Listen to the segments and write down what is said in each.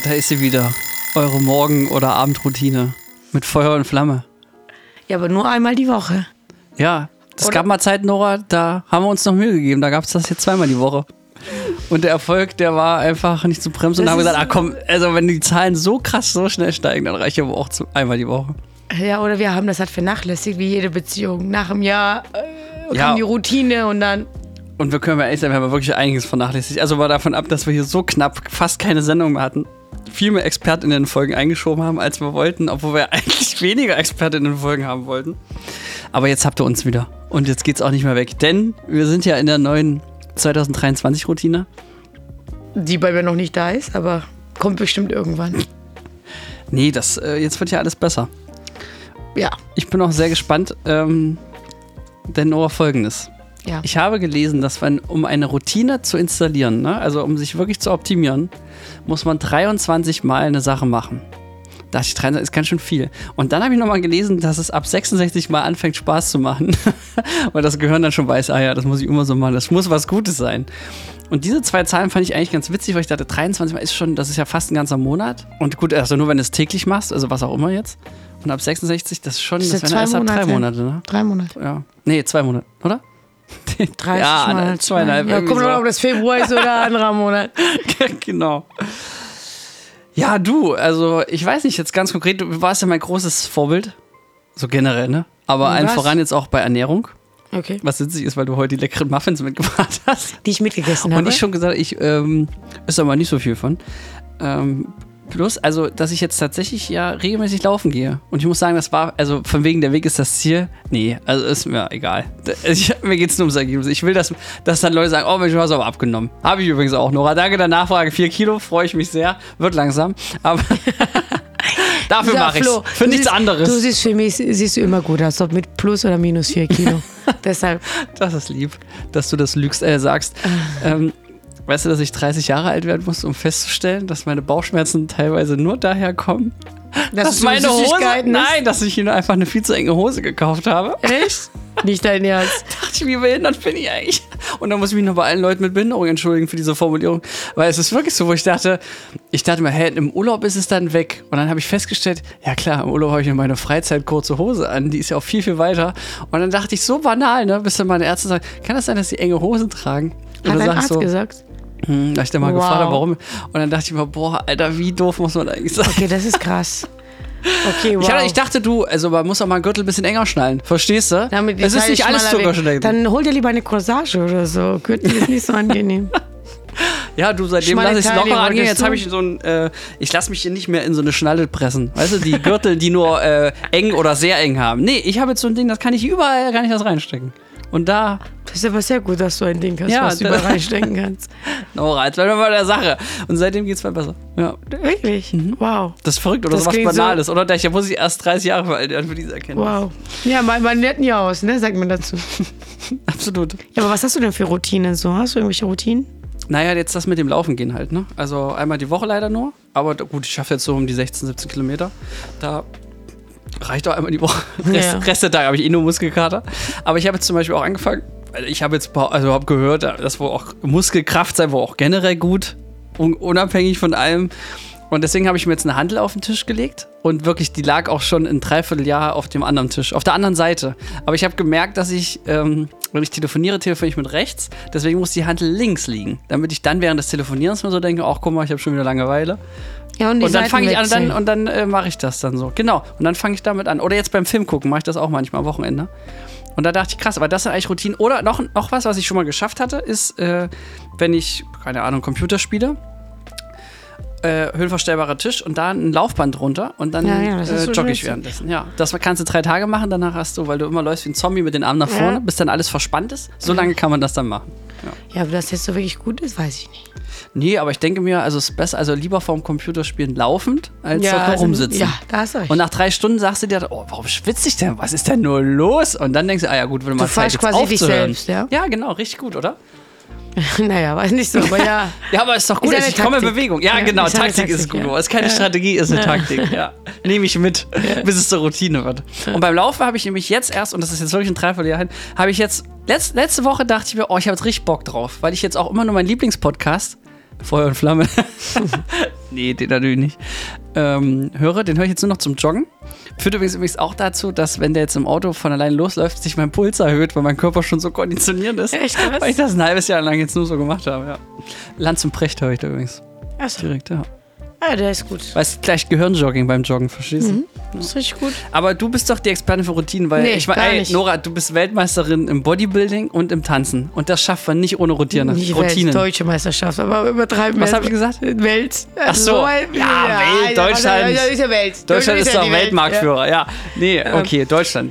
Da ist sie wieder. Eure Morgen- oder Abendroutine. Mit Feuer und Flamme. Ja, aber nur einmal die Woche. Ja, es gab mal Zeit, Nora, da haben wir uns noch Mühe gegeben. Da gab es das jetzt zweimal die Woche. Und der Erfolg, der war einfach nicht zu bremsen. Und haben gesagt, komm, also wenn die Zahlen so krass, so schnell steigen, dann reicht aber auch einmal die Woche. Ja, oder wir haben das halt vernachlässigt, wie jede Beziehung. Nach einem Jahr kam die Routine und dann... Und wir können ja ehrlich sein, wir haben wirklich einiges vernachlässigt. Also war davon ab, dass wir hier so knapp fast keine Sendung mehr hatten. Viel mehr ExpertInnen-Folgen eingeschoben haben, als wir wollten, obwohl wir eigentlich weniger ExpertInnen-Folgen haben wollten. Aber jetzt habt ihr uns wieder. Und jetzt geht's auch nicht mehr weg. Denn wir sind ja in der neuen 2023-Routine. Die bei mir noch nicht da ist, aber kommt bestimmt irgendwann. Nee, jetzt wird ja alles besser. Ja. Ich bin auch sehr gespannt, denn nur Folgendes. Ja. Ich habe gelesen, dass um eine Routine zu installieren, ne, also um sich wirklich zu optimieren, muss man 23 Mal eine Sache machen. Da dachte ich, 23 ist ganz schön viel. Und dann habe ich nochmal gelesen, dass es ab 66 Mal anfängt, Spaß zu machen. Weil das Gehirn dann schon weiß, das muss ich immer so machen, das muss was Gutes sein. Und diese zwei Zahlen fand ich eigentlich ganz witzig, weil ich dachte, 23 Mal das ist ja fast ein ganzer Monat. Und gut, also nur wenn du es täglich machst, also was auch immer jetzt. Und ab 66, das wären erst ab 3 Monate, ne? 3 Monate. Ja. Nee, 2 Monate, oder? 30 Mal. 2,5. Ja, kommt doch, ob das Februar ist oder ein anderer Monat. Genau. Ja, du, also ich weiß nicht, jetzt ganz konkret, du warst ja mein großes Vorbild. So generell, ne? Aber allen voran jetzt auch bei Ernährung. Okay. Was witzig ist, weil du heute die leckeren Muffins mitgebracht hast. Die ich mitgegessen habe. Und ich schon gesagt, ich esse aber nicht so viel von. Plus, also, dass ich jetzt tatsächlich ja regelmäßig laufen gehe. Und ich muss sagen, das war, also von wegen der Weg ist das Ziel. Nee, also ist mir egal. Mir geht es nur ums Ergebnis. Ich will, dass dann Leute sagen, oh Mensch, du hast aber abgenommen. Habe ich übrigens auch, Nora. Danke der Nachfrage, 4 Kilo, freue ich mich sehr. Wird langsam. Aber dafür mache ich es. Für nichts anderes. Du siehst für mich siehst du immer gut aus, ob mit plus oder minus 4 Kilo. Deshalb. Das ist lieb, dass du das sagst. Weißt du, dass ich 30 Jahre alt werden muss, um festzustellen, dass meine Bauchschmerzen teilweise nur daher kommen, dass meine Hose... Nein, dass ich ihnen einfach eine viel zu enge Hose gekauft habe. Echt? Nicht dein Ernst. Dachte ich, wie behindert bin ich eigentlich? Und dann muss ich mich noch bei allen Leuten mit Behinderung entschuldigen für diese Formulierung. Weil es ist wirklich so, wo ich dachte mir, im Urlaub ist es dann weg. Und dann habe ich festgestellt, ja klar, im Urlaub habe ich ja meine Freizeit kurze Hose an, die ist ja auch viel, viel weiter. Und dann dachte ich, so banal, ne, bis dann meine Ärzte sagen, kann das sein, dass sie enge Hosen tragen? Und hat dein Arzt gesagt? Da ich dann mal gefragt habe, warum. Und dann dachte ich mir, boah, Alter, wie doof muss man eigentlich sein? Okay, das ist krass. Okay, wow. Ich dachte, man muss auch mal einen Gürtel ein bisschen enger schnallen. Verstehst du? Es ist nicht alles Zuckerschnecken. Dann hol dir lieber eine Corsage oder so. Gürtel ist nicht so angenehm. Ja, du, seitdem lasse ich es locker angehen. Jetzt habe ich ich lasse mich hier nicht mehr in so eine Schnalle pressen. Weißt du, die Gürtel, die nur eng oder sehr eng haben. Nee, ich habe jetzt so ein Ding, das kann ich überall, das reinstecken. Und da... Das ist aber sehr gut, dass du ein Ding hast, was du überall reinstecken kannst. Nora, jetzt bleiben wir bei der Sache. Und seitdem geht es mal besser. Ja. Wirklich? Mhm. Wow. Das ist verrückt oder sowas Banales. So, oder? Da muss ich erst 30 Jahre alt werden für diese Erkenntnis. Wow. Ja, man lernt nie aus, ne? Sagt man dazu. Absolut. Ja, aber was hast du denn für Routinen so? Hast du irgendwelche Routinen? Naja, jetzt das mit dem Laufen gehen halt, ne? Also einmal die Woche leider nur. Aber gut, ich schaffe jetzt so um die 16, 17 Kilometer. Da reicht doch einmal die Woche. Rest der Tage habe ich nur Muskelkater. Aber ich habe jetzt zum Beispiel auch angefangen, ich habe jetzt hab gehört, dass wohl auch Muskelkraft sei wohl auch generell gut, unabhängig von allem. Und deswegen habe ich mir jetzt eine Hantel auf den Tisch gelegt und wirklich, die lag auch schon ein Dreivierteljahr auf dem anderen Tisch, auf der anderen Seite. Aber ich habe gemerkt, dass ich, wenn ich telefoniere ich mit rechts, deswegen muss die Hantel links liegen, damit ich dann während des Telefonierens mir so denke, ach guck mal, ich habe schon wieder Langeweile. Ja, und dann fange ich an und dann mache ich das dann so. Genau, und dann fange ich damit an. Oder jetzt beim Film gucken mache ich das auch manchmal am Wochenende. Und da dachte ich, krass, aber das sind eigentlich Routinen. Oder noch was ich schon mal geschafft hatte, ist, wenn ich, keine Ahnung, Computer spiele, höhenverstellbarer Tisch und da ein Laufband drunter und dann jogge ich währenddessen. Ja, das kannst du 3 Tage machen, danach hast du, weil du immer läufst wie ein Zombie mit den Armen nach vorne, bis dann alles verspannt ist. So lange kann man das dann machen. Ja, aber das jetzt so wirklich gut ist, weiß ich nicht. Nee, aber ich denke mir, also es ist besser, also lieber vorm Computerspielen laufend, als dort rumsitzen. Ja, da hast du recht. Und nach 3 Stunden sagst du dir, oh, warum schwitze ich denn? Was ist denn nur los? Und dann denkst du, ja gut, wenn du mal Zeit jetzt quasi dich selbst, ja? Ja, genau, richtig gut, oder? Naja, weiß nicht so, aber ja. Ja, aber ist doch gut, ich komme in Bewegung. Ja, genau, Taktik ist gut. Es ist keine Strategie, ist eine Taktik. Ja. Nehme ich mit, bis es zur Routine wird. Und beim Laufen habe ich nämlich jetzt erst, und das ist jetzt wirklich ein Dreivierteljahr hin, habe ich jetzt, letzte Woche dachte ich mir, ich habe jetzt richtig Bock drauf, weil ich jetzt auch immer nur meinen Lieblingspodcast Feuer und Flamme. Nee, den natürlich nicht. Den höre ich jetzt nur noch zum Joggen. Führt übrigens auch dazu, dass, wenn der jetzt im Auto von allein losläuft, sich mein Puls erhöht, weil mein Körper schon so konditioniert ist. Echt, was? Weil ich das ein halbes Jahr lang jetzt nur so gemacht habe, ja. Lanz und Precht höre ich da übrigens. Achso. Direkt, ja. Ja, der ist gut. Weil es gleich Gehirnjogging beim Joggen, verstehst du? Mhm. Das ist richtig gut. Aber du bist doch die Expertin für Routinen, weil Nora, du bist Weltmeisterin im Bodybuilding und im Tanzen. Und das schafft man nicht ohne Routinen. Nicht Welt, deutsche Meisterschaft, aber übertreiben. Was habe ich gesagt? Welt. Ach so. Welt, Deutschland. Ja, ist ja Welt. Deutschland ist doch Weltmarktführer, ja. Nee, okay, Deutschland.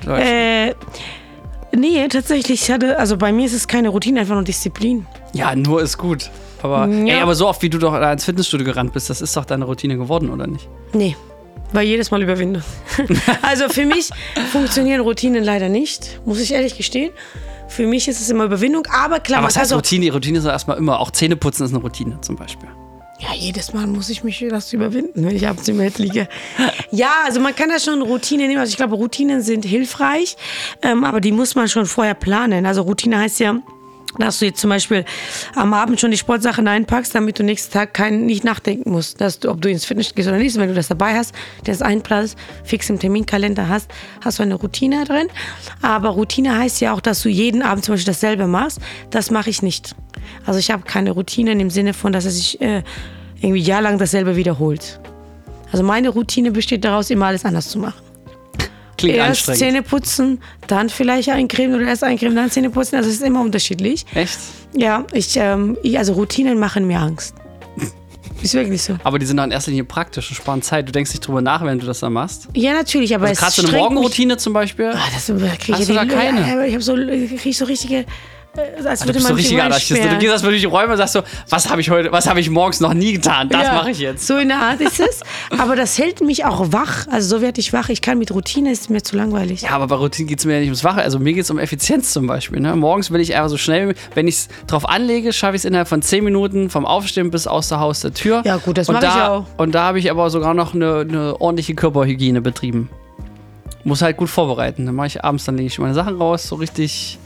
Nee, tatsächlich, bei mir ist es keine Routine, einfach nur Disziplin. Ja, nur ist gut. Aber, aber so oft, wie du doch ins Fitnessstudio gerannt bist, das ist doch deine Routine geworden, oder nicht? Nee, weil jedes Mal überwinde. Also für mich funktionieren Routinen leider nicht, muss ich ehrlich gestehen. Für mich ist es immer Überwindung, aber klar. Aber was heißt Routine? Die Routine ist ja erstmal immer, auch Zähneputzen ist eine Routine zum Beispiel. Ja, jedes Mal muss ich mich das überwinden, wenn ich abends im Bett liege. Ja, also man kann da schon Routine nehmen. Also ich glaube, Routinen sind hilfreich, aber die muss man schon vorher planen. Also Routine heißt ja, dass du jetzt zum Beispiel am Abend schon die Sportsachen einpackst, damit du nächsten Tag nicht nachdenken musst, ob du ins Fitness gehst oder nicht. Wenn du das dabei hast, das einplanst, fix im Terminkalender hast du eine Routine drin. Aber Routine heißt ja auch, dass du jeden Abend zum Beispiel dasselbe machst. Das mache ich nicht. Also ich habe keine Routine im Sinne von, dass es sich irgendwie jahrelang dasselbe wiederholt. Also meine Routine besteht daraus, immer alles anders zu machen. Klingt erst anstrengend. Zähne putzen, dann vielleicht eincremen oder erst eincremen, dann Zähne putzen. Also es ist immer unterschiedlich. Echt? Ja, also Routinen machen mir Angst. Ist wirklich so. Aber die sind doch in erster Linie praktisch und sparen Zeit. Du denkst nicht drüber nach, wenn du das dann machst. Ja, natürlich, aber also gerade so eine Morgenroutine zum Beispiel. Das kriege Hast du da keine? Krieg ich so richtige. Als du bist so richtiger Anarchist. Du gehst erstmal durch die Räume und sagst so, was habe ich morgens noch nie getan? Das mache ich jetzt. So in der Art ist es. Aber das hält mich auch wach. Also so werde ich wach. Ich kann mit Routine, ist mir zu langweilig. Ja, aber bei Routine geht es mir ja nicht ums Wache. Also mir geht es um Effizienz zum Beispiel. Ne? Morgens will ich einfach so schnell, wenn ich es drauf anlege, schaffe ich es innerhalb von 10 Minuten vom Aufstehen bis aus der Haus der Tür. Ja gut, das mache ich auch. Und da habe ich aber sogar noch eine ordentliche Körperhygiene betrieben. Muss halt gut vorbereiten. Dann mache ich abends, dann lege ich meine Sachen raus, so richtig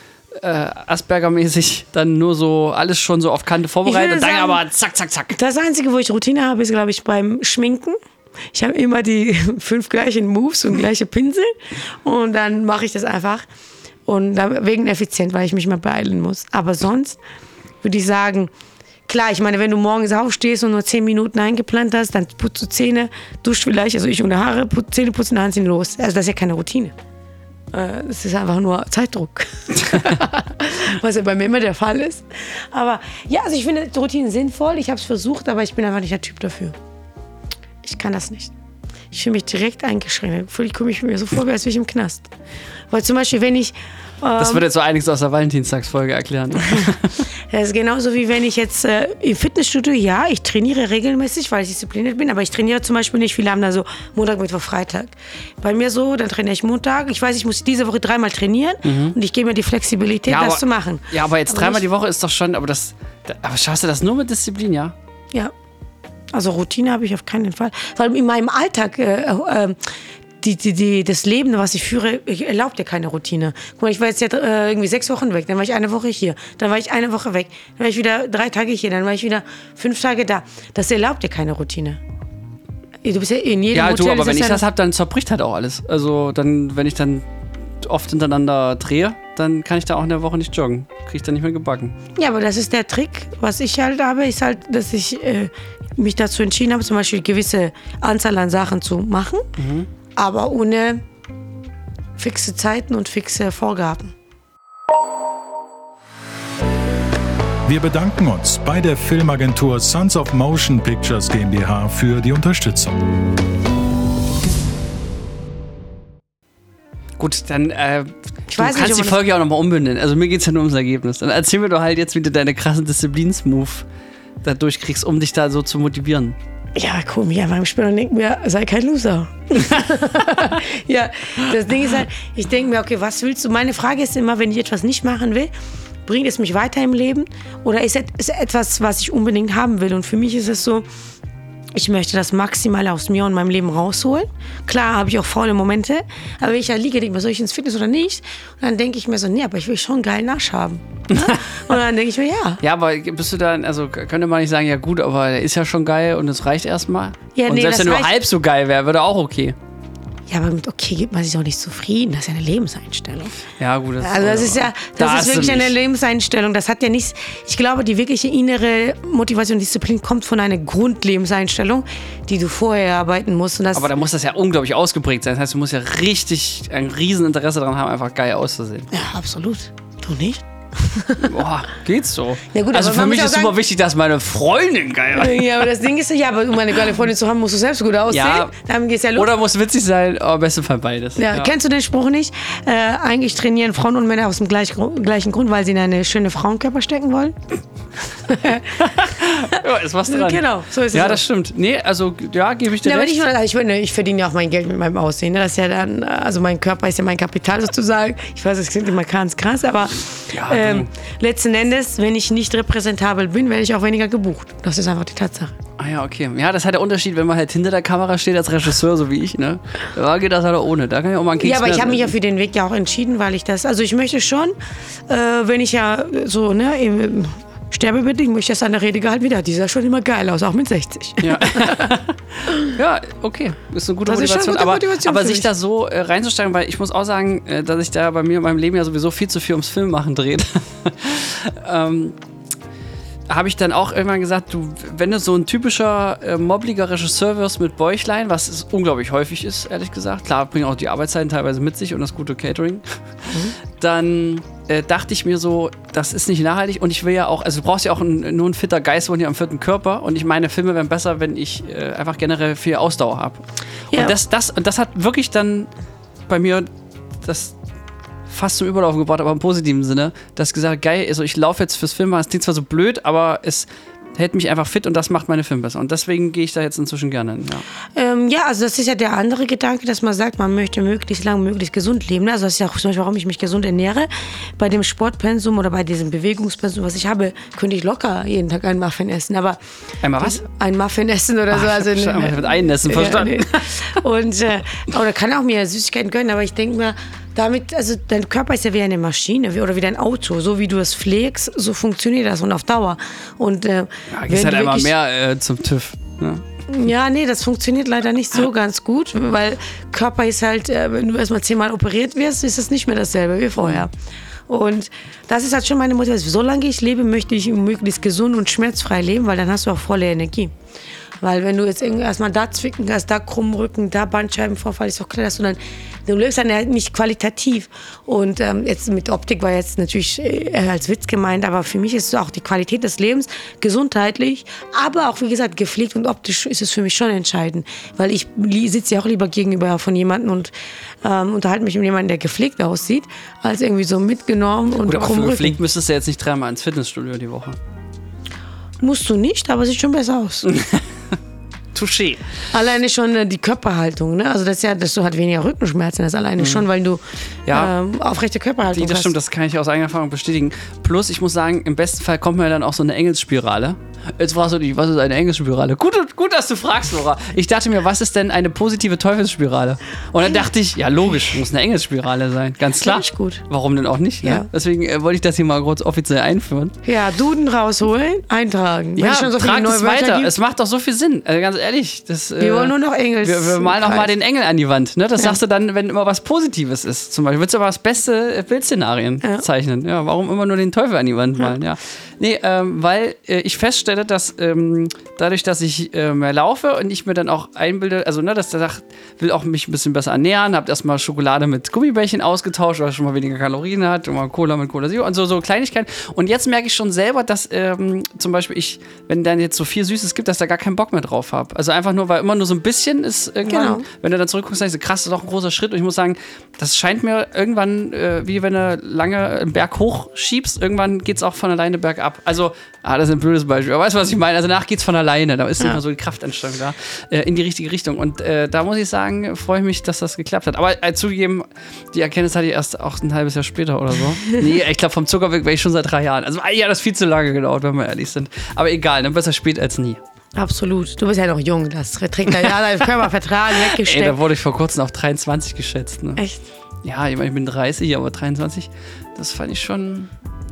Asperger-mäßig, dann nur so alles schon so auf Kante vorbereitet, dann aber zack, zack, zack. Das Einzige, wo ich Routine habe, ist, glaube ich, beim Schminken. Ich habe immer die 5 gleichen Moves und gleiche Pinsel und dann mache ich das einfach und wegen effizient, weil ich mich mal beeilen muss. Aber sonst würde ich sagen, klar, ich meine, wenn du morgens aufstehst und nur 10 Minuten eingeplant hast, dann putzt du Zähne, duscht vielleicht, also ich unter Haare, Zähne putzen, dann ziehen los. Also das ist ja keine Routine. Das ist einfach nur Zeitdruck. Was ja bei mir immer der Fall ist. Aber ja, also ich finde Routinen sinnvoll. Ich habe es versucht, aber ich bin einfach nicht der Typ dafür. Ich kann das nicht. Ich fühle mich direkt eingeschränkt. Ich komme mir so vor, als wäre ich im Knast. Weil zum Beispiel, wenn ich... das wird jetzt so einiges aus der Valentinstagsfolge erklären. Das ist genauso wie wenn ich jetzt im Fitnessstudio, ja, ich trainiere regelmäßig, weil ich diszipliniert bin, aber ich trainiere zum Beispiel nicht. Viele haben da so Montag, Mittwoch, Freitag. Bei mir so, dann trainiere ich Montag. Ich weiß, ich muss diese Woche 3-mal trainieren und ich gebe mir die Flexibilität, das zu machen. Ja, aber jetzt 3-mal die Woche ist doch schon, aber schaffst du das nur mit Disziplin, ja? Ja. Also Routine habe ich auf keinen Fall. Vor allem in meinem Alltag, das Leben, was ich führe, erlaubt dir keine Routine. Guck mal, ich war jetzt irgendwie 6 Wochen weg, dann war ich eine Woche hier, dann war ich eine Woche weg, dann war ich wieder 3 Tage hier, dann war ich wieder 5 Tage da. Das erlaubt dir keine Routine. Du bist ja in jedem Hotel. Ja, aber wenn ich das habe, dann zerbricht halt auch alles. Also dann, wenn ich dann oft hintereinander drehe, dann kann ich da auch in der Woche nicht joggen. Kriege ich dann nicht mehr gebacken. Ja, aber das ist der Trick. Was ich halt habe, ist halt, dass ich mich dazu entschieden habe, zum Beispiel eine gewisse Anzahl an Sachen zu machen, aber ohne fixe Zeiten und fixe Vorgaben. Wir bedanken uns bei der Filmagentur Sons of Motion Pictures GmbH für die Unterstützung. Gut, dann du kannst die Folge ja auch nochmal umbenennen. Also mir geht es ja nur ums Ergebnis. Dann erzähl mir doch halt jetzt, wie du deine krassen Disziplinsmove da durchkriegst, um dich da so zu motivieren. Ja, guck mich einfach im Spiel und denk mir, sei kein Loser. Ja, das Ding ist halt, ich denke mir, okay, was willst du? Meine Frage ist immer, wenn ich etwas nicht machen will, bringt es mich weiter im Leben oder ist es etwas, was ich unbedingt haben will? Und für mich ist es so, ich möchte das Maximale aus mir und meinem Leben rausholen. Klar habe ich auch faule Momente, aber wenn ich da liege, denke ich mir, soll ich ins Fitness oder nicht? Und dann denke ich mir so, nee, aber ich will schon einen geilen Arsch haben. Ne? Und dann denke ich mir, ja. Ja, aber bist du dann, also könnte man nicht sagen, ja gut, aber der ist ja schon geil und es reicht erstmal? Ja, und nee, selbst wenn nur halb so geil wäre, würde auch okay. Ja, aber mit okay gibt man sich auch nicht zufrieden. Das ist ja eine Lebenseinstellung. Ja, gut. Das ist wirklich eine Lebenseinstellung. Das hat ja nichts. Ich glaube, die wirkliche innere Motivation und Disziplin kommt von einer Grundlebenseinstellung, die du vorher erarbeiten musst. Und aber da muss das ja unglaublich ausgeprägt sein. Das heißt, du musst ja richtig ein Rieseninteresse daran haben, einfach geil auszusehen. Ja, absolut. Du nicht? Boah, geht's so? Ja, gut, also für mich ist super wichtig, dass meine Freundin geil aussieht. Ja, aber das Ding ist ja, aber um eine geile Freundin zu haben, musst du selbst gut aussehen. Ja, dann geht's ja los. Oder muss witzig sein, aber im besten Fall beides. Ja, kennst du den Spruch nicht? Eigentlich trainieren Frauen und Männer aus dem gleichen Grund, weil sie in eine schöne Frauenkörper stecken wollen. Ja, ist was dran. Genau, so ist es. Ja, das stimmt. Nee, also, ja, gebe ich dir recht. Aber ich verdiene ja auch mein Geld mit meinem Aussehen. Ne? Das ist ja dann, also mein Körper ist ja mein Kapital sozusagen. Ich weiß, das klingt immer ganz krass, aber letzten Endes, wenn ich nicht repräsentabel bin, werde ich auch weniger gebucht. Das ist einfach die Tatsache. Ah ja, okay. Ja, das ist halt der Unterschied, wenn man halt hinter der Kamera steht als Regisseur, so wie ich, ne? Da geht das halt ohne. Da kann ich auch mal einen Keks. Ja, aber ich habe mich ja für den Weg ja auch entschieden, weil ich also ich möchte schon, wenn ich ja so, ne, im sterbebedingt, möchte ich das an der Rede gehalten wieder. Die sah schon immer geil aus, auch mit 60. Ja, ja, okay. Ist eine gute Motivation. Aber sich da so reinzusteigen, weil ich muss auch sagen, dass sich da bei mir in meinem Leben ja sowieso viel zu viel ums Filmmachen dreht. Habe ich dann auch irgendwann gesagt, wenn du so ein typischer mobbliger Regisseur wirst mit Bäuchlein, was es unglaublich häufig ist, ehrlich gesagt, klar, bringen auch die Arbeitszeiten teilweise mit sich und das gute Catering, dann dachte ich mir so, das ist nicht nachhaltig und ich will ja auch, also du brauchst ja auch nur ein fitter Geist und ja am 4. Körper und ich meine, Filme wären besser, wenn ich einfach generell viel Ausdauer habe. Ja. Und das hat wirklich dann bei mir das fast zum Überlaufen gebracht, aber im positiven Sinne, dass gesagt, geil, also ich laufe jetzt fürs Filmen, es klingt zwar so blöd, aber es hält mich einfach fit und das macht meine Filme besser. Und deswegen gehe ich da jetzt inzwischen gerne hin. Ja. Also das ist ja der andere Gedanke, dass man sagt, man möchte möglichst lang, möglichst gesund leben. Also das ist ja auch zum Beispiel, warum ich mich gesund ernähre. Bei dem Sportpensum oder bei diesem Bewegungspensum, was ich habe, könnte ich locker jeden Tag einen Muffin essen. Aber einmal was? Ein Muffin essen oder so. Also ich habe mit Einessen verstanden. Und oder kann auch mir Süßigkeiten gönnen, aber ich denke mir, also dein Körper ist ja wie eine Maschine oder wie dein Auto. So wie du es pflegst, so funktioniert das und auf Dauer. Und gehst halt einmal mehr zum TÜV. Ne? Ja, nee, das funktioniert leider nicht so ganz gut, weil Körper ist halt, wenn du erstmal 10-mal operiert wirst, ist es nicht mehr dasselbe wie vorher. Und das ist halt schon meine Motivation. Solange ich lebe, möchte ich möglichst gesund und schmerzfrei leben, weil dann hast du auch volle Energie. Weil wenn du jetzt erstmal da zwicken hast, da Krummrücken, da Bandscheibenvorfall, ist doch klar, dass du lebst dann ja nicht qualitativ. Und jetzt mit Optik war jetzt natürlich als Witz gemeint, aber für mich ist es auch die Qualität des Lebens, gesundheitlich, aber auch, wie gesagt, gepflegt und optisch ist es für mich schon entscheidend. Weil ich sitze ja auch lieber gegenüber von jemandem und unterhalte mich mit jemandem, der gepflegt aussieht, als irgendwie so mitgenommen und krummrücken. Aber für gepflegt müsstest du jetzt nicht 3-mal ins Fitnessstudio die Woche. Musst du nicht, aber sieht schon besser aus. Touché. Alleine schon die Körperhaltung, ne? Also das ist ja, dass du halt weniger Rückenschmerzen hast, alleine schon, weil du aufrechte Körperhaltung hast. Das stimmt, das kann ich aus eigener Erfahrung bestätigen. Plus, ich muss sagen, im besten Fall kommt mir dann auch so eine Engelsspirale. Jetzt fragst du dich, was ist eine Engelsspirale? Gut, dass du fragst, Laura. Ich dachte mir, was ist denn eine positive Teufelsspirale? Und dann dachte ich, ja logisch, muss eine Engelsspirale sein. Ganz klar. Gut. Warum denn auch nicht? Ja. Ne? Deswegen wollte ich das hier mal kurz offiziell einführen. Ja, Duden rausholen, eintragen. Ja, so trag es weiter. Es macht doch so viel Sinn. Also ganz ehrlich. Wir wollen nur noch Engels. Wir malen noch mal den Engel an die Wand. Ne? Das sagst du dann, wenn immer was Positives ist. Zum Beispiel willst du aber das beste Bildszenarien zeichnen. Ja, warum immer nur den Teufel an die Wand malen? Ja. Nee, weil ich feststelle, dass dadurch, dass ich mehr laufe und ich mir dann auch einbilde, also dass der sagt, will auch mich ein bisschen besser ernähren, hab erstmal Schokolade mit Gummibärchen ausgetauscht, weil es schon mal weniger Kalorien hat, und mal Cola mit Cola Zero und so Kleinigkeiten. Und jetzt merke ich schon selber, dass zum Beispiel wenn dann jetzt so viel Süßes gibt, dass da gar keinen Bock mehr drauf habe. Also einfach nur, weil immer nur so ein bisschen ist irgendwann, wenn du dann zurückguckst, sagst du, krass, das ist doch ein großer Schritt. Und ich muss sagen, das scheint mir irgendwann, wie wenn du lange einen Berg hochschiebst, irgendwann geht es auch von alleine bergab. Also, das ist ein blödes Beispiel, aber weißt du, was ich meine? Also danach geht es von alleine, da ist immer so die Kraftanstrengung da, in die richtige Richtung. Und da muss ich sagen, freue ich mich, dass das geklappt hat. Aber zugegeben, die Erkenntnis hatte ich erst auch ein halbes Jahr später oder so. Nee, ich glaube, vom Zuckerweg wäre ich schon seit 3 Jahren. Also, das ist viel zu lange gedauert, wenn wir ehrlich sind. Aber egal, dann besser spät als nie. Absolut. Du bist ja noch jung, das trägt ja dein Körper vertragen, weggesteckt. Ey, da wurde ich vor kurzem auf 23 geschätzt. Ne? Echt? Ja, ich meine, ich bin 30, aber 23, das fand ich schon,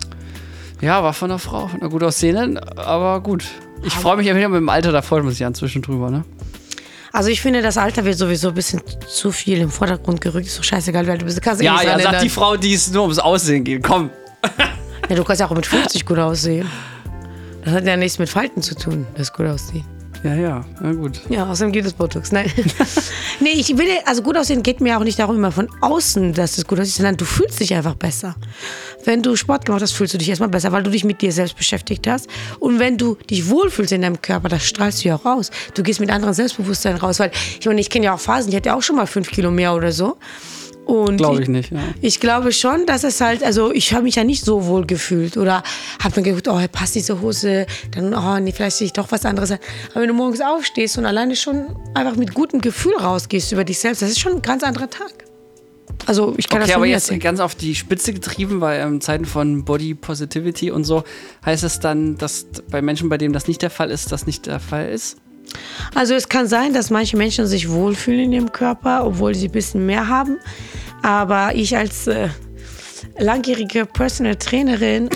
ja, war von einer Frau, von einer gut aussehenden, aber gut. Ich freue mich ja wieder mit dem Alter, da freut man sich ja inzwischen drüber, ne? Also ich finde, das Alter wird sowieso ein bisschen zu viel im Vordergrund gerückt. Ist doch scheißegal, weil du bist. Kannst ja, sagt die Frau, die es nur ums Aussehen geht. Komm. Ja, du kannst ja auch mit 50 gut aussehen. Das hat ja nichts mit Falten zu tun, das gut aussehen. Ja, na gut. Ja, außerdem gibt es Botox. Nein. Nee, ich will, also gut aussehen geht mir auch nicht darum, immer von außen, dass es gut aussieht, sondern du fühlst dich einfach besser. Wenn du Sport gemacht hast, fühlst du dich erstmal besser, weil du dich mit dir selbst beschäftigt hast. Und wenn du dich wohlfühlst in deinem Körper, das strahlst du ja auch raus. Du gehst mit anderem Selbstbewusstsein raus, weil ich meine, ich kenne ja auch Phasen, ich hatte ja auch schon mal 5 Kilo mehr oder so. Glaube ich nicht. Ja. Ich glaube schon, dass es halt, also ich habe mich ja nicht so wohl gefühlt oder habe mir gedacht, oh, passt diese Hose, dann, oh nee, vielleicht sehe ich doch was anderes an. Aber wenn du morgens aufstehst und alleine schon einfach mit gutem Gefühl rausgehst über dich selbst, das ist schon ein ganz anderer Tag. Also ich kann das von aber mir jetzt erzählen. ganz auf die Spitze getrieben, weil in Zeiten von Body Positivity und so, heißt es dann, dass bei Menschen, bei denen das nicht der Fall ist, das nicht der Fall ist? Also es kann sein, dass manche Menschen sich wohlfühlen in ihrem Körper, obwohl sie ein bisschen mehr haben. Aber ich als langjährige Personal Trainerin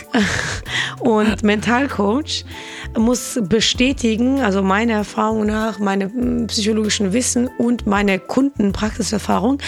und Mentalcoach muss bestätigen, also meiner Erfahrung nach, meine psychologischen Wissen und meine Kundenpraxiserfahrung,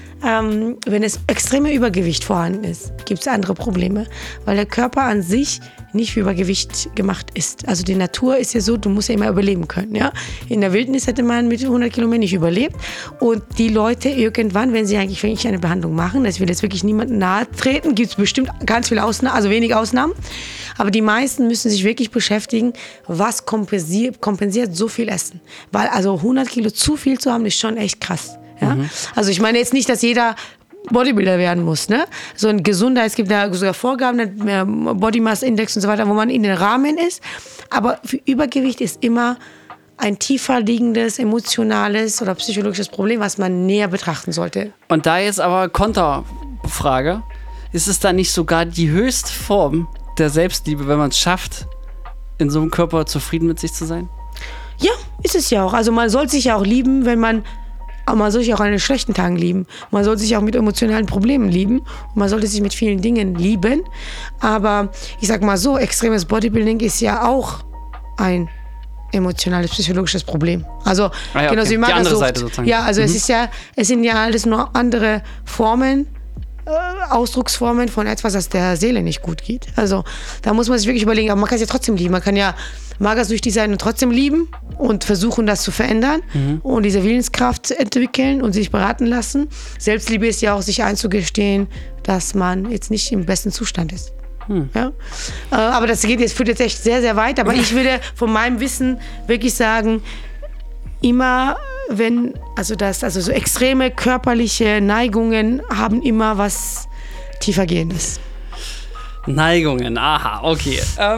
wenn es extreme Übergewicht vorhanden ist, gibt es andere Probleme, weil der Körper an sich nicht für Übergewicht gemacht ist. Also die Natur ist ja so, du musst ja immer überleben können. Ja? In der Wildnis hätte man mit 100 Kilometern nicht überlebt. Und die Leute irgendwann, wenn sie eigentlich wirklich eine Behandlung machen, das will jetzt wirklich niemandem nahe treten, gibt es bestimmt ganz viele Ausnahmen, also wenige Ausnahmen. Aber die meisten müssen sich wirklich beschäftigen, was kompensiert so viel Essen. Weil also 100 Kilo zu viel zu haben, ist schon echt krass. Ja? Also ich meine jetzt nicht, dass jeder Bodybuilder werden muss, ne? So ein gesunder, es gibt ja sogar Vorgaben, Body Mass Index und so weiter, wo man in den Rahmen ist. Aber für Übergewicht ist immer ein tiefer liegendes, emotionales oder psychologisches Problem, was man näher betrachten sollte. Und da jetzt aber Konterfrage, ist es dann nicht sogar die höchste Form der Selbstliebe, wenn man es schafft, in so einem Körper zufrieden mit sich zu sein? Ja, ist es ja auch. Also man soll sich ja auch lieben, aber man soll sich auch an den schlechten Tagen lieben. Man soll sich auch mit emotionalen Problemen lieben. Und man sollte sich mit vielen Dingen lieben. Aber ich sag mal so, extremes Bodybuilding ist ja auch ein emotionales, psychologisches Problem. Also genauso wie Magersucht. Die andere Seite sozusagen. Ja, also es sind ja alles nur andere Formen, Ausdrucksformen von etwas, das der Seele nicht gut geht. Also da muss man sich wirklich überlegen, aber man kann es ja trotzdem lieben. Man kann ja magersüchtig sein und trotzdem lieben und versuchen, das zu verändern und diese Willenskraft entwickeln und sich beraten lassen. Selbstliebe ist ja auch, sich einzugestehen, dass man jetzt nicht im besten Zustand ist. Ja? Aber das führt jetzt echt sehr, sehr weit. Aber ich würde von meinem Wissen wirklich sagen, immer also so extreme körperliche Neigungen haben immer was tiefergehendes. Neigungen, aha, okay.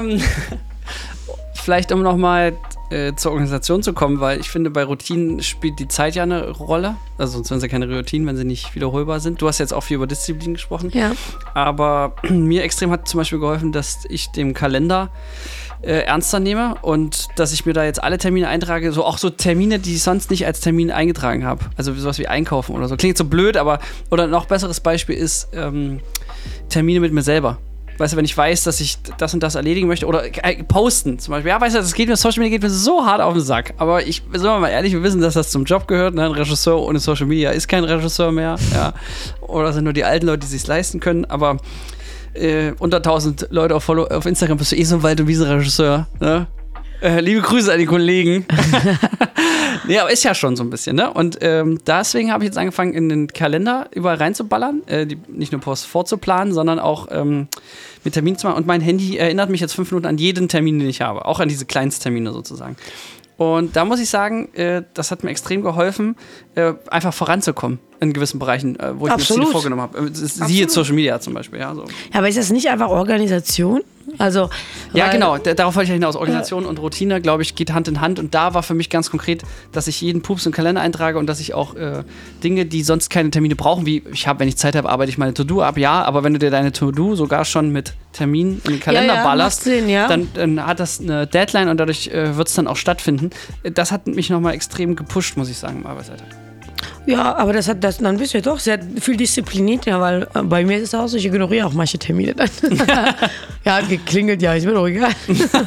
Vielleicht um nochmal zur Organisation zu kommen, weil ich finde, bei Routinen spielt die Zeit ja eine Rolle. Also sonst wären sie keine Routinen, wenn sie nicht wiederholbar sind. Du hast jetzt auch viel über Disziplin gesprochen. Ja. Aber mir extrem hat zum Beispiel geholfen, dass ich den Kalender ernster nehme und dass ich mir da jetzt alle Termine eintrage, auch so Termine, die ich sonst nicht als Termin eingetragen habe. Also sowas wie Einkaufen oder so. Klingt so blöd, aber oder ein noch besseres Beispiel ist Termine mit mir selber. Weißt du, wenn ich weiß, dass ich das und das erledigen möchte oder posten zum Beispiel. Ja, weißt du, das geht mir, Social Media geht mir so hart auf den Sack. Aber sind wir mal ehrlich, wir wissen, dass das zum Job gehört. Ne? Ein Regisseur ohne Social Media ist kein Regisseur mehr. Ja. Oder sind nur die alten Leute, die es sich leisten können. Aber unter 1000 Leute auf Instagram bist du so ein Wald- und Wiesenregisseur. Ne? Liebe Grüße an die Kollegen. Nee, aber ist ja schon so ein bisschen, ne? Und deswegen habe ich jetzt angefangen, in den Kalender überall reinzuballern, nicht nur vorzuplanen, sondern auch mit Terminen zu machen. Und mein Handy erinnert mich jetzt 5 Minuten an jeden Termin, den ich habe, auch an diese Kleinsttermine sozusagen. Und da muss ich sagen, das hat mir extrem geholfen, einfach voranzukommen. in gewissen Bereichen, wo ich mir Ziele vorgenommen habe. Siehe Social Media zum Beispiel. Ja, so. Ja, aber ist das nicht einfach Organisation? Also, ja, genau, darauf wollte ich hinaus. Organisation und Routine, glaube ich, geht Hand in Hand. Und da war für mich ganz konkret, dass ich jeden Pups im Kalender eintrage und dass ich auch Dinge, die sonst keine Termine brauchen, wie wenn ich Zeit habe, arbeite ich meine To-Do ab, ja, aber wenn du dir deine To-Do sogar schon mit Termin in den Kalender ballerst, Sinn, dann hat das eine Deadline und dadurch wird es dann auch stattfinden. Das hat mich nochmal extrem gepusht, muss ich sagen, im Arbeitsalltag. Ja, aber dann bist du ja doch sehr viel disziplinierter, weil bei mir ist es auch so, ich ignoriere auch manche Termine dann. Ja, hat geklingelt, ja, ist mir doch egal.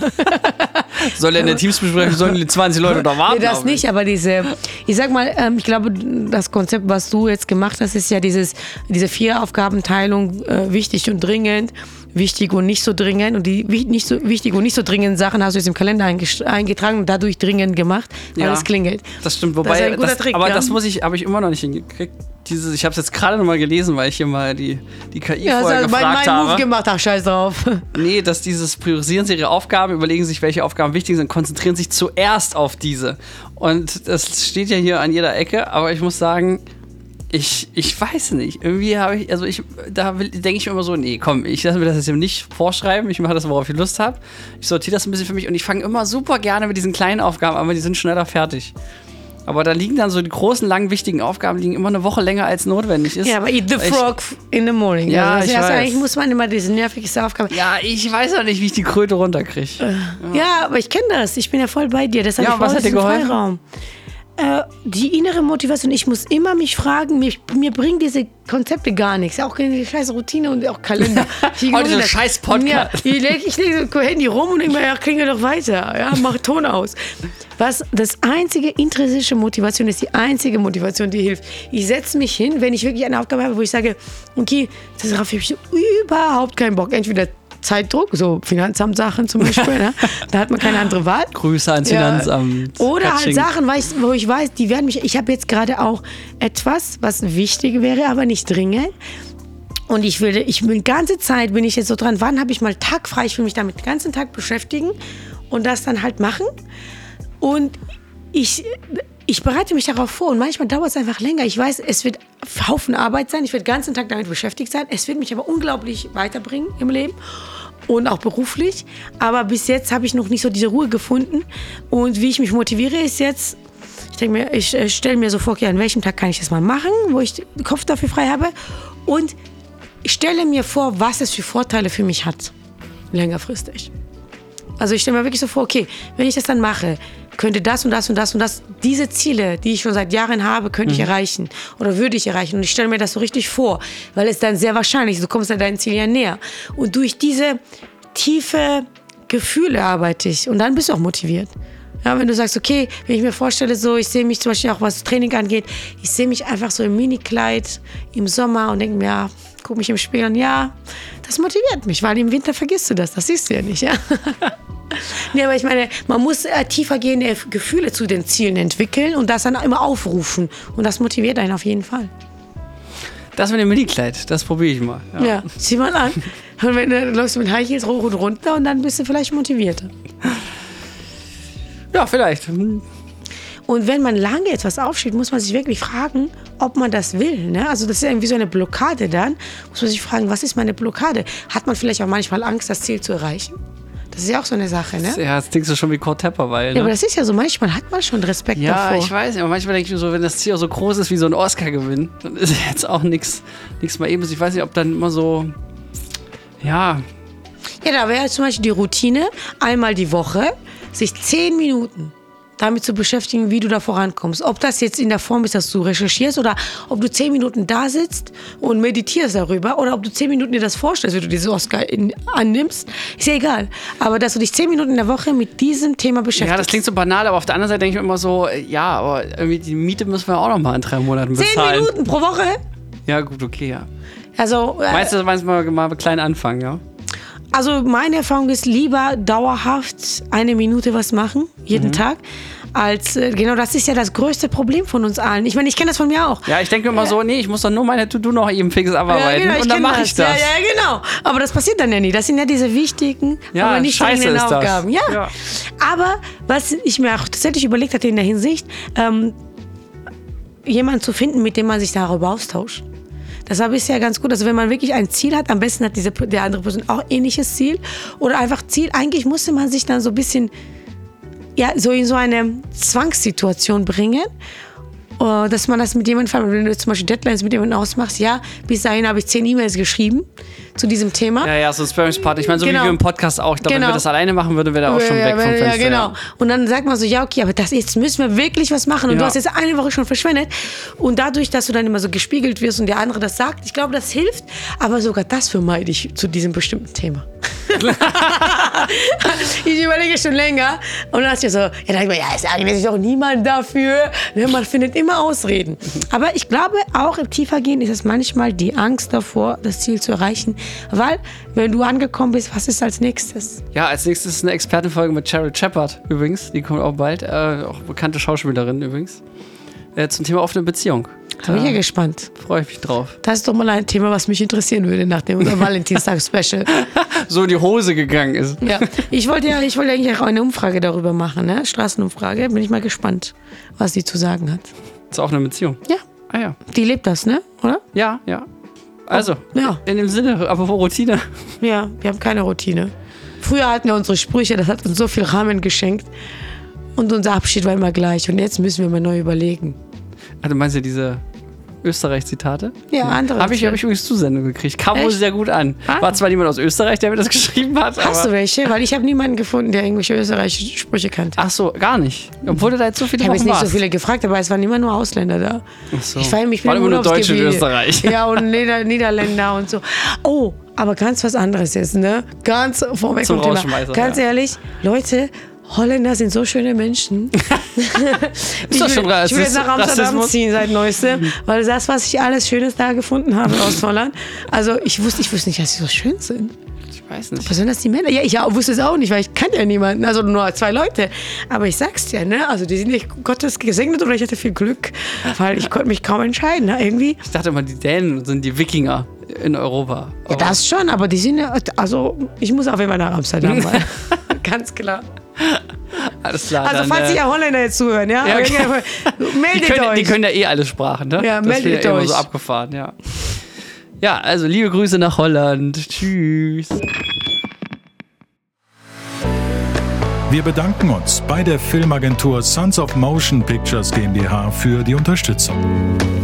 Soll er in der Teamsbesprechung, sollen die 20 Leute da warten? Nee, das nicht, aber ich sag mal, ich glaube, das Konzept, was du jetzt gemacht hast, ist ja diese 4-Aufgabenteilung, wichtig und dringend, wichtig und nicht so dringend, und die nicht so wichtig und nicht so dringenden Sachen hast du jetzt im Kalender eingetragen und dadurch dringend gemacht, weil es klingelt. Das stimmt, wobei, das ist ein guter Trick, aber das habe ich immer noch nicht hingekriegt. Ich habe es jetzt gerade noch mal gelesen, weil ich hier mal die KI vorher gefragt habe. Move gemacht, ach, scheiß drauf. Nee, dass priorisieren sie ihre Aufgaben, überlegen sich, welche Aufgaben wichtig sind, konzentrieren sich zuerst auf diese. Und das steht ja hier an jeder Ecke, aber ich muss sagen, ich weiß nicht. Irgendwie denke ich immer so, nee, komm, ich lasse mir das jetzt eben nicht vorschreiben, ich mache das, worauf ich Lust habe. Ich sortiere das ein bisschen für mich und ich fange immer super gerne mit diesen kleinen Aufgaben an, aber die sind schneller fertig. Aber da liegen dann so die großen, langen, wichtigen Aufgaben, liegen immer eine Woche länger, als notwendig ist. Ja, aber eat the frog in the morning. Ja, also ich weiß. Eigentlich muss man immer diese nervigste Aufgabe. Ja, ich weiß auch nicht, wie ich die Kröte runterkriege. Ja, aber ich kenne das. Ich bin ja voll bei dir. Deshalb was hat dir geholfen? Freiraum. Die innere Motivation. Ich muss immer mich fragen, mir bringen diese Konzepte gar nichts. Auch die scheiß Routine und auch Kalender. Heute so ein scheiß Podcast. Ja, ich lege so Handy rum und denke mir, ja, klingel doch weiter. Ja, mach Ton aus. Das einzige intrinsische Motivation ist die einzige Motivation, die hilft. Ich setze mich hin, wenn ich wirklich eine Aufgabe habe, wo ich sage, okay, darauf habe ich überhaupt keinen Bock. Entweder Zeitdruck, so Finanzamtsachen zum Beispiel, ne? Da hat man keine andere Wahl. Grüße ans Finanzamt. Oder halt Sachen, wo ich weiß, die werden mich. Ich habe jetzt gerade auch etwas, was wichtig wäre, aber nicht dringend. Und ich will die ganze Zeit bin ich jetzt so dran, wann habe ich mal Tag frei? Ich will mich damit den ganzen Tag beschäftigen und das dann halt machen. Und ich bereite mich darauf vor und manchmal dauert es einfach länger. Ich weiß, es wird ein Haufen Arbeit sein, ich werde den ganzen Tag damit beschäftigt sein. Es wird mich aber unglaublich weiterbringen im Leben und auch beruflich. Aber bis jetzt habe ich noch nicht so diese Ruhe gefunden. Und wie ich mich motiviere, ist jetzt, ich stelle mir so vor, okay, an welchem Tag kann ich das mal machen, wo ich den Kopf dafür frei habe. Und ich stelle mir vor, was es für Vorteile für mich hat, längerfristig. Also ich stelle mir wirklich so vor, okay, wenn ich das dann mache, könnte das und das und das und das, diese Ziele, die ich schon seit Jahren habe, könnte ich erreichen oder würde ich erreichen. Und ich stelle mir das so richtig vor, weil es dann sehr wahrscheinlich ist, du kommst an dein Ziel ja näher. Und durch diese tiefe Gefühle arbeite ich und dann bist du auch motiviert. Ja, wenn du sagst, okay, wenn ich mir vorstelle, so, ich sehe mich zum Beispiel auch, was Training angeht, ich sehe mich einfach so im Minikleid im Sommer und denke mir, ja, guck mich im Spiegel an, ja, das motiviert mich, weil im Winter vergisst du das siehst du ja nicht, ja. Nee, aber ich meine, man muss tiefergehende Gefühle zu den Zielen entwickeln und das dann immer aufrufen. Und das motiviert einen auf jeden Fall. Das mit dem Minikleid, das probiere ich mal. Ja, zieh mal an. Und wenn du läufst mit High Heels hoch und runter und dann bist du vielleicht motivierter. Ja, vielleicht. Und wenn man lange etwas aufschiebt, muss man sich wirklich fragen, ob man das will. Ne? Also das ist irgendwie so eine Blockade dann. Muss man sich fragen, was ist meine Blockade? Hat man vielleicht auch manchmal Angst, das Ziel zu erreichen? Das ist ja auch so eine Sache, ne? Ja, das denkst du schon wie Kurt Tepperweil, ne? Ja, aber das ist ja so, manchmal hat man schon Respekt davor. Ja, ich weiß, aber manchmal denke ich mir so, wenn das Ziel auch so groß ist wie so ein Oscar-Gewinn, dann ist jetzt auch nichts mal eben. Ich weiß nicht, ob dann immer so, ja. Ja, da wäre zum Beispiel die Routine, einmal die Woche, sich 10 Minuten damit zu beschäftigen, wie du da vorankommst. Ob das jetzt in der Form ist, dass du recherchierst oder ob du 10 Minuten da sitzt und meditierst darüber oder ob du 10 Minuten dir das vorstellst, wie du dieses Oscar annimmst, ist ja egal. Aber dass du dich 10 Minuten in der Woche mit diesem Thema beschäftigst. Ja, das klingt so banal, aber auf der anderen Seite denke ich mir immer so, ja, aber irgendwie die Miete müssen wir auch noch mal in 3 Monaten bezahlen. 10 Minuten pro Woche? Ja, gut, okay, ja. Also, meinst du mal klein anfangen, ja? Also meine Erfahrung ist, lieber dauerhaft 1 Minute was machen, jeden Tag, als, genau, das ist ja das größte Problem von uns allen. Ich meine, ich kenne das von mir auch. Ja, ich denke immer so, nee, ich muss doch nur meine To-Do noch eben fix abarbeiten, ja, genau, und dann mache ich das. Ja, genau. Aber das passiert dann ja nie. Das sind ja diese wichtigen, aber nicht dringenden Aufgaben. Ja. Aber was ich mir auch tatsächlich überlegt hatte in der Hinsicht, jemanden zu finden, mit dem man sich darüber austauscht. Deshalb ist ja ganz gut, also wenn man wirklich ein Ziel hat, am besten hat der andere Person auch ähnliches Ziel oder einfach Ziel, eigentlich musste man sich dann so ein bisschen so in so eine Zwangssituation bringen, dass man das mit jemandem, wenn du zum Beispiel Deadlines mit jemandem ausmachst, bis dahin habe ich 10 E-Mails geschrieben zu diesem Thema. Ja, so ein Sparringspartner. Ich meine, so wie wir im Podcast auch. Ich glaube, wenn wir das alleine machen würden, wäre der auch schon weg vom Fenster. Ja, genau. Und dann sagt man so, okay, aber jetzt müssen wir wirklich was machen. Und du hast jetzt eine Woche schon verschwendet. Und dadurch, dass du dann immer so gespiegelt wirst und der andere das sagt, ich glaube, das hilft. Aber sogar das vermeide ich zu diesem bestimmten Thema. Ich überlege schon länger. Und dann dachte ich so, ist eigentlich doch niemand dafür. Man findet immer Ausreden. Aber ich glaube, auch im Tiefergehen ist es manchmal die Angst davor, das Ziel zu erreichen. Weil, wenn du angekommen bist, was ist als nächstes? Ja, als nächstes ist eine Expertenfolge mit Cheryl Shepard übrigens. Die kommt auch bald. Auch bekannte Schauspielerin übrigens. Zum Thema offene Beziehung. Da bin ich ja gespannt. Freue ich mich drauf. Das ist doch mal ein Thema, was mich interessieren würde nach dem Valentinstag-Special. So in die Hose gegangen ist. Ja, ich wollte eigentlich auch eine Umfrage darüber machen, ne? Straßenumfrage. Bin ich mal gespannt, was die zu sagen hat. Ist auch eine Beziehung? Ja. Ah ja. Die lebt das, ne? Oder? Ja. Also, in dem Sinne, apropos Routine. Ja, wir haben keine Routine. Früher hatten wir unsere Sprüche, das hat uns so viel Rahmen geschenkt. Und unser Abschied war immer gleich. Und jetzt müssen wir mal neu überlegen. Also meinst du diese Österreich-Zitate? Ja, andere. Habe ich übrigens Zusendung gekriegt. Kam wohl sehr gut an. Ah. War zwar niemand aus Österreich, der mir das geschrieben hat. Hast du welche? Weil ich habe niemanden gefunden, der irgendwelche österreichischen Sprüche kannte. Ach so, gar nicht. Obwohl du da jetzt so viele Ich habe jetzt nicht warst. so viele gefragt, aber es waren immer nur Ausländer da. Ach so. Ich bin waren immer nur Deutsche in Österreich. Ja, und Niederländer und so. Oh, aber ganz was anderes jetzt, ne? Ganz vorweg Zum vom Thema. Rausschmeißer, Ganz ehrlich, Leute, Holländer sind so schöne Menschen. Ich will jetzt nach Amsterdam ziehen seit Neuestem, weil das, was ich alles Schönes da gefunden habe aus Holland. Also ich wusste nicht, dass sie so schön sind. Ich weiß nicht. Besonders die Männer. Ja, ich wusste es auch nicht, weil ich kannte ja niemanden. Also nur 2 Leute. Aber ich sag's dir, ne? Also die sind nicht Gottes gesegnet oder ich hatte viel Glück, weil ich konnte mich kaum entscheiden. Ne? Irgendwie. Ich dachte immer, die Dänen sind die Wikinger in Europa. Ja, das schon, aber die sind ja, also ich muss auf jeden Fall nach Amsterdam mal. Ganz klar. Alles klar. Also dann, falls die Holländer jetzt zuhören, ja, okay. meldet euch. Die können ja alle Sprachen, ne? Ja, das meldet ja euch. Immer so abgefahren, ja. Ja, also liebe Grüße nach Holland. Tschüss. Wir bedanken uns bei der Filmagentur Sons of Motion Pictures GmbH für die Unterstützung.